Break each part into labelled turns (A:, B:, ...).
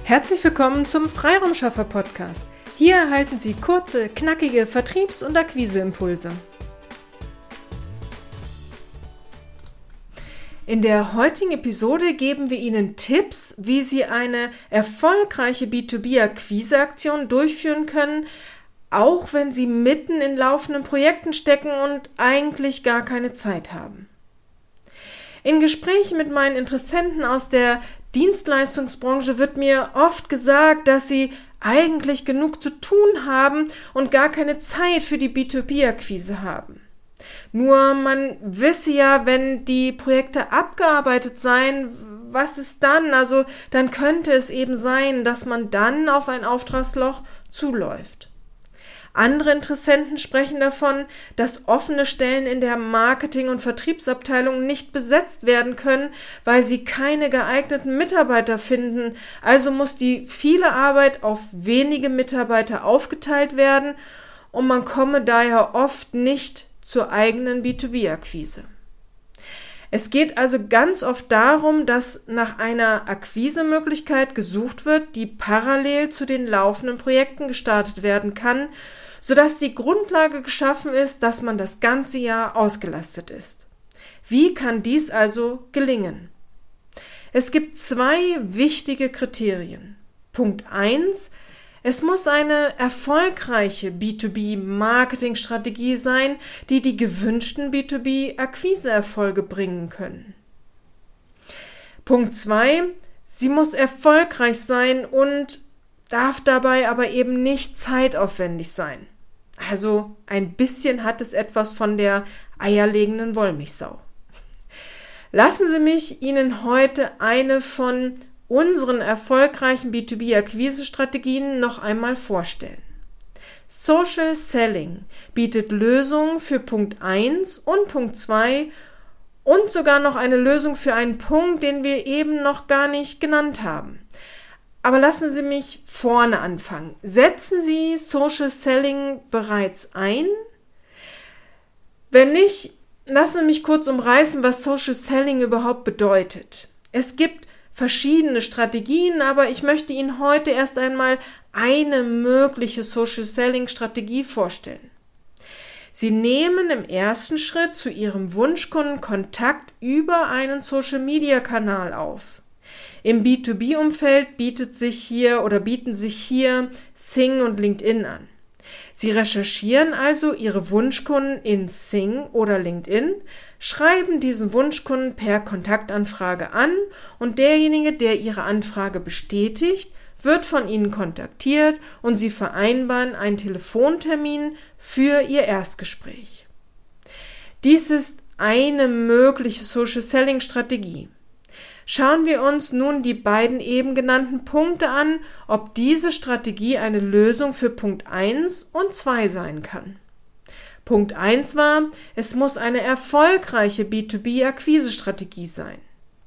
A: Herzlich willkommen zum Freiraumschaffer-Podcast. Hier erhalten Sie kurze, knackige Vertriebs- und Akquiseimpulse. In der heutigen Episode geben wir Ihnen Tipps, wie Sie eine erfolgreiche B2B-Akquiseaktion durchführen können, auch wenn Sie mitten in laufenden Projekten stecken und eigentlich gar keine Zeit haben. In Gesprächen mit meinen Interessenten aus der Dienstleistungsbranche wird mir oft gesagt, dass sie eigentlich genug zu tun haben und gar keine Zeit für die B2B-Akquise haben. Nur man wisse ja, wenn die Projekte abgearbeitet seien, was ist dann? Also dann könnte es eben sein, dass man dann auf ein Auftragsloch zuläuft. Andere Interessenten sprechen davon, dass offene Stellen in der Marketing- und Vertriebsabteilung nicht besetzt werden können, weil sie keine geeigneten Mitarbeiter finden. Also muss die viele Arbeit auf wenige Mitarbeiter aufgeteilt werden und man komme daher oft nicht zur eigenen B2B-Akquise. Es geht also ganz oft darum, dass nach einer Akquisemöglichkeit gesucht wird, die parallel zu den laufenden Projekten gestartet werden kann, sodass die Grundlage geschaffen ist, dass man das ganze Jahr ausgelastet ist. Wie kann dies also gelingen? Es gibt zwei wichtige Kriterien. Punkt 1: Es muss eine erfolgreiche B2B-Marketingstrategie sein, die die gewünschten B2B-Akquiseerfolge bringen können. Punkt 2: Sie muss erfolgreich sein und darf dabei aber eben nicht zeitaufwendig sein. Also ein bisschen hat es etwas von der eierlegenden Wollmilchsau. Lassen Sie mich Ihnen heute eine von unseren erfolgreichen B2B-Akquise-Strategien noch einmal vorstellen. Social Selling bietet Lösungen für Punkt 1 und Punkt 2 und sogar noch eine Lösung für einen Punkt, den wir eben noch gar nicht genannt haben. Aber lassen Sie mich vorne anfangen. Setzen Sie Social Selling bereits ein? Wenn nicht, lassen Sie mich kurz umreißen, was Social Selling überhaupt bedeutet. Es gibt verschiedene Strategien, aber ich möchte Ihnen heute erst einmal eine mögliche Social Selling Strategie vorstellen. Sie nehmen im ersten Schritt zu Ihrem Wunschkunden Kontakt über einen Social Media Kanal auf. Im B2B-Umfeld bieten sich hier Xing und LinkedIn an. Sie recherchieren also Ihre Wunschkunden in Xing oder LinkedIn, schreiben diesen Wunschkunden per Kontaktanfrage an und derjenige, der Ihre Anfrage bestätigt, wird von Ihnen kontaktiert und Sie vereinbaren einen Telefontermin für Ihr Erstgespräch. Dies ist eine mögliche Social Selling Strategie. Schauen wir uns nun die beiden eben genannten Punkte an, ob diese Strategie eine Lösung für Punkt 1 und 2 sein kann. Punkt 1 war, es muss eine erfolgreiche B2B-Akquise-Strategie sein.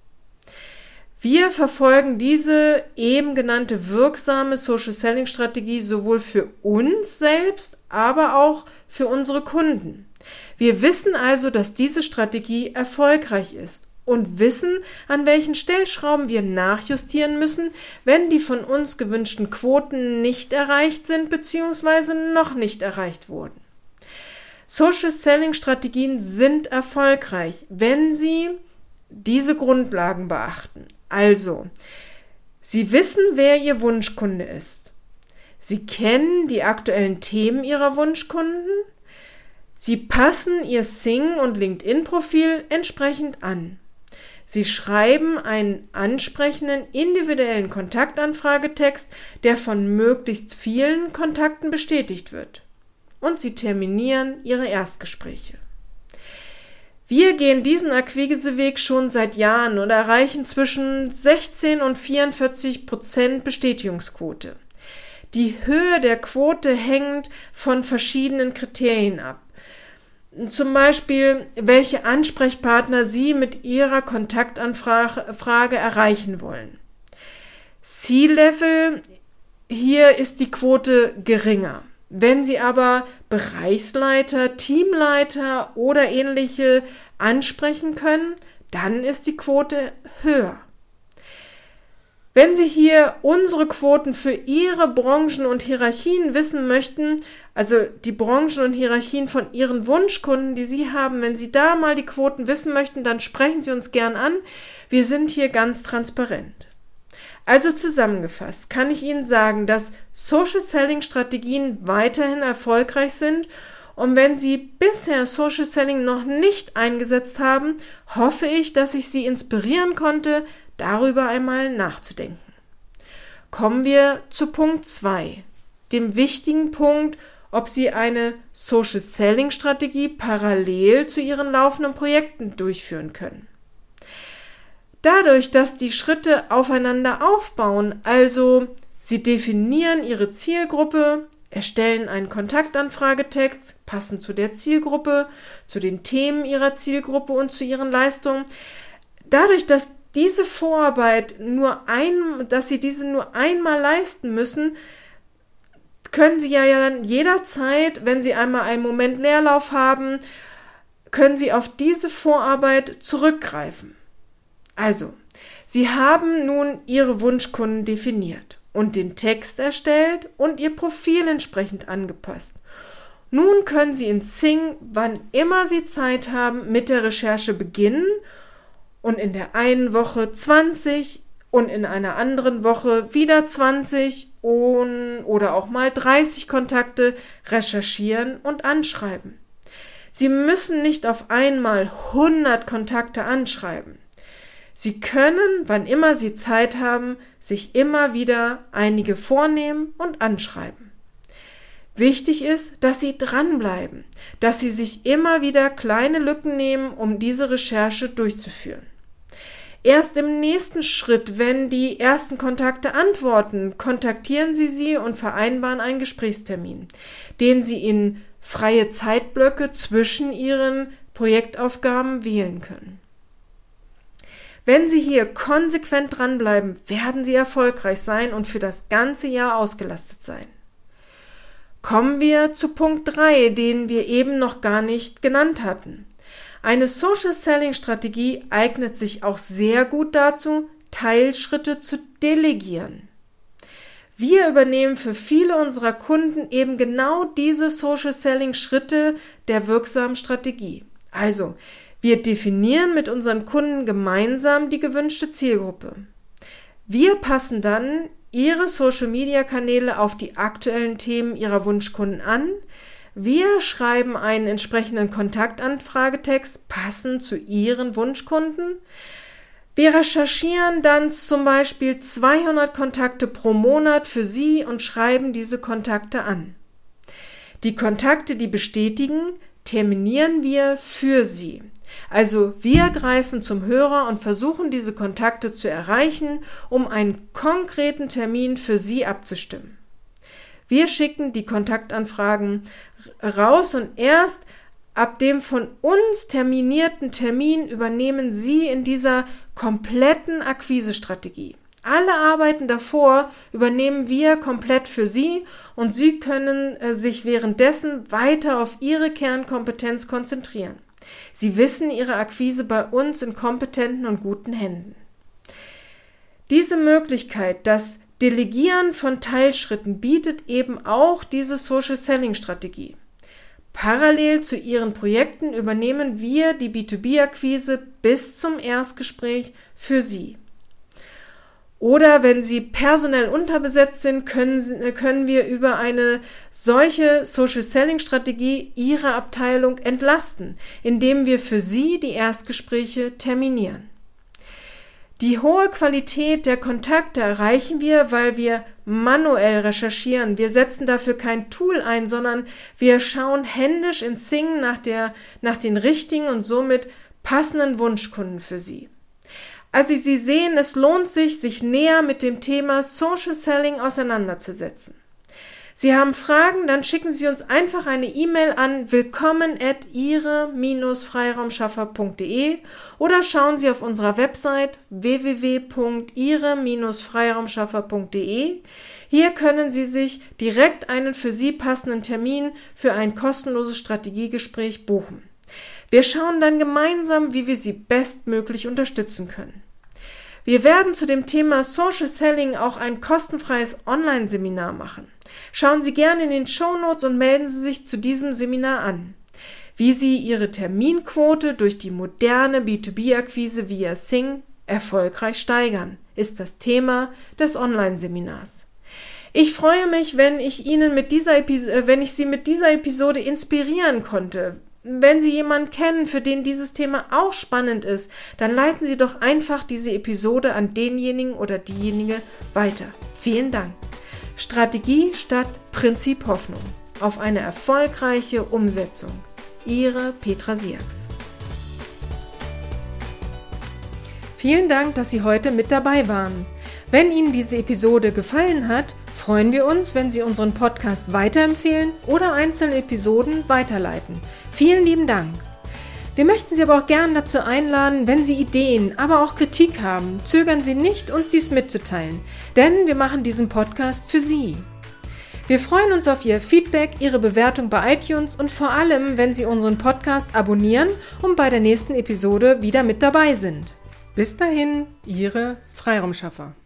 A: Wir verfolgen diese eben genannte wirksame Social-Selling-Strategie sowohl für uns selbst, aber auch für unsere Kunden. Wir wissen also, dass diese Strategie erfolgreich ist und wissen, an welchen Stellschrauben wir nachjustieren müssen, wenn die von uns gewünschten Quoten nicht erreicht sind bzw. noch nicht erreicht wurden. Social Selling Strategien sind erfolgreich, wenn Sie diese Grundlagen beachten. Also, Sie wissen, wer Ihr Wunschkunde ist. Sie kennen die aktuellen Themen Ihrer Wunschkunden. Sie passen Ihr Xing- und LinkedIn-Profil entsprechend an. Sie schreiben einen ansprechenden, individuellen Kontaktanfragetext, der von möglichst vielen Kontakten bestätigt wird. Und Sie terminieren Ihre Erstgespräche. Wir gehen diesen Akquiseweg schon seit Jahren und erreichen zwischen 16 und 44% Bestätigungsquote. Die Höhe der Quote hängt von verschiedenen Kriterien ab. Zum Beispiel, welche Ansprechpartner Sie mit Ihrer Kontaktanfrage erreichen wollen. C-Level, hier ist die Quote geringer. Wenn Sie aber Bereichsleiter, Teamleiter oder ähnliche ansprechen können, dann ist die Quote höher. Wenn Sie hier unsere Quoten für Ihre Branchen und Hierarchien wissen möchten, also die Branchen und Hierarchien von Ihren Wunschkunden, die Sie haben, wenn Sie da mal die Quoten wissen möchten, dann sprechen Sie uns gern an. Wir sind hier ganz transparent. Also zusammengefasst kann ich Ihnen sagen, dass Social Selling Strategien weiterhin erfolgreich sind, und wenn Sie bisher Social Selling noch nicht eingesetzt haben, hoffe ich, dass ich Sie inspirieren konnte, darüber einmal nachzudenken. Kommen wir zu Punkt 2, dem wichtigen Punkt, ob Sie eine Social Selling Strategie parallel zu Ihren laufenden Projekten durchführen können. Dadurch, dass die Schritte aufeinander aufbauen, also Sie definieren Ihre Zielgruppe, erstellen einen Kontaktanfragetext, passend zu der Zielgruppe, zu den Themen Ihrer Zielgruppe und zu Ihren Leistungen. Dadurch, dass diese Vorarbeit dass Sie diese nur einmal leisten müssen, können Sie ja dann jederzeit, wenn Sie einmal einen Moment Leerlauf haben, können Sie auf diese Vorarbeit zurückgreifen. Also, Sie haben nun Ihre Wunschkunden definiert und den Text erstellt und Ihr Profil entsprechend angepasst. Nun können Sie in Xing, wann immer Sie Zeit haben, mit der Recherche beginnen und in der einen Woche 20 und in einer anderen Woche wieder 20 oder auch mal 30 Kontakte recherchieren und anschreiben. Sie müssen nicht auf einmal 100 Kontakte anschreiben. Sie können, wann immer Sie Zeit haben, sich immer wieder einige vornehmen und anschreiben. Wichtig ist, dass Sie dranbleiben, dass Sie sich immer wieder kleine Lücken nehmen, um diese Recherche durchzuführen. Erst im nächsten Schritt, wenn die ersten Kontakte antworten, kontaktieren Sie sie und vereinbaren einen Gesprächstermin, den Sie in freie Zeitblöcke zwischen Ihren Projektaufgaben wählen können. Wenn Sie hier konsequent dranbleiben, werden Sie erfolgreich sein und für das ganze Jahr ausgelastet sein. Kommen wir zu Punkt 3, den wir eben noch gar nicht genannt hatten. Eine Social Selling Strategie eignet sich auch sehr gut dazu, Teilschritte zu delegieren. Wir übernehmen für viele unserer Kunden eben genau diese Social Selling Schritte der wirksamen Strategie. Also, wir definieren mit unseren Kunden gemeinsam die gewünschte Zielgruppe. Wir passen dann Ihre Social-Media-Kanäle auf die aktuellen Themen Ihrer Wunschkunden an. Wir schreiben einen entsprechenden Kontaktanfragetext passend zu Ihren Wunschkunden. Wir recherchieren dann zum Beispiel 200 Kontakte pro Monat für Sie und schreiben diese Kontakte an. Die Kontakte, die bestätigen, terminieren wir für Sie. Also wir greifen zum Hörer und versuchen, diese Kontakte zu erreichen, um einen konkreten Termin für Sie abzustimmen. Wir schicken die Kontaktanfragen raus und erst ab dem von uns terminierten Termin übernehmen Sie in dieser kompletten Akquisestrategie. Alle Arbeiten davor übernehmen wir komplett für Sie und Sie können sich währenddessen weiter auf Ihre Kernkompetenz konzentrieren. Sie wissen Ihre Akquise bei uns in kompetenten und guten Händen. Diese Möglichkeit, das Delegieren von Teilschritten, bietet eben auch diese Social Selling Strategie. Parallel zu Ihren Projekten übernehmen wir die B2B-Akquise bis zum Erstgespräch für Sie. Oder wenn Sie personell unterbesetzt sind, können wir über eine solche Social Selling Strategie Ihre Abteilung entlasten, indem wir für Sie die Erstgespräche terminieren. Die hohe Qualität der Kontakte erreichen wir, weil wir manuell recherchieren. Wir setzen dafür kein Tool ein, sondern wir schauen händisch in Xing nach den richtigen und somit passenden Wunschkunden für Sie. Also Sie sehen, es lohnt sich, sich näher mit dem Thema Social Selling auseinanderzusetzen. Sie haben Fragen, dann schicken Sie uns einfach eine E-Mail an willkommen@ihre-freiraumschaffer.de oder schauen Sie auf unserer Website www.ihre-freiraumschaffer.de. Hier können Sie sich direkt einen für Sie passenden Termin für ein kostenloses Strategiegespräch buchen. Wir schauen dann gemeinsam, wie wir Sie bestmöglich unterstützen können. Wir werden zu dem Thema Social Selling auch ein kostenfreies Online-Seminar machen. Schauen Sie gerne in den Shownotes und melden Sie sich zu diesem Seminar an. Wie Sie Ihre Terminquote durch die moderne B2B-Akquise via Xing erfolgreich steigern, ist das Thema des Online-Seminars. Ich freue mich, wenn ich Sie mit dieser Episode inspirieren konnte. Wenn Sie jemanden kennen, für den dieses Thema auch spannend ist, dann leiten Sie doch einfach diese Episode an denjenigen oder diejenige weiter. Vielen Dank. Strategie statt Prinzip Hoffnung. Auf eine erfolgreiche Umsetzung. Ihre Petra Sierks. Vielen Dank, dass Sie heute mit dabei waren. Wenn Ihnen diese Episode gefallen hat, freuen wir uns, wenn Sie unseren Podcast weiterempfehlen oder einzelne Episoden weiterleiten. Vielen lieben Dank. Wir möchten Sie aber auch gern dazu einladen, wenn Sie Ideen, aber auch Kritik haben, zögern Sie nicht, uns dies mitzuteilen, denn wir machen diesen Podcast für Sie. Wir freuen uns auf Ihr Feedback, Ihre Bewertung bei iTunes und vor allem, wenn Sie unseren Podcast abonnieren und bei der nächsten Episode wieder mit dabei sind. Bis dahin, Ihre Freiraumschaffer.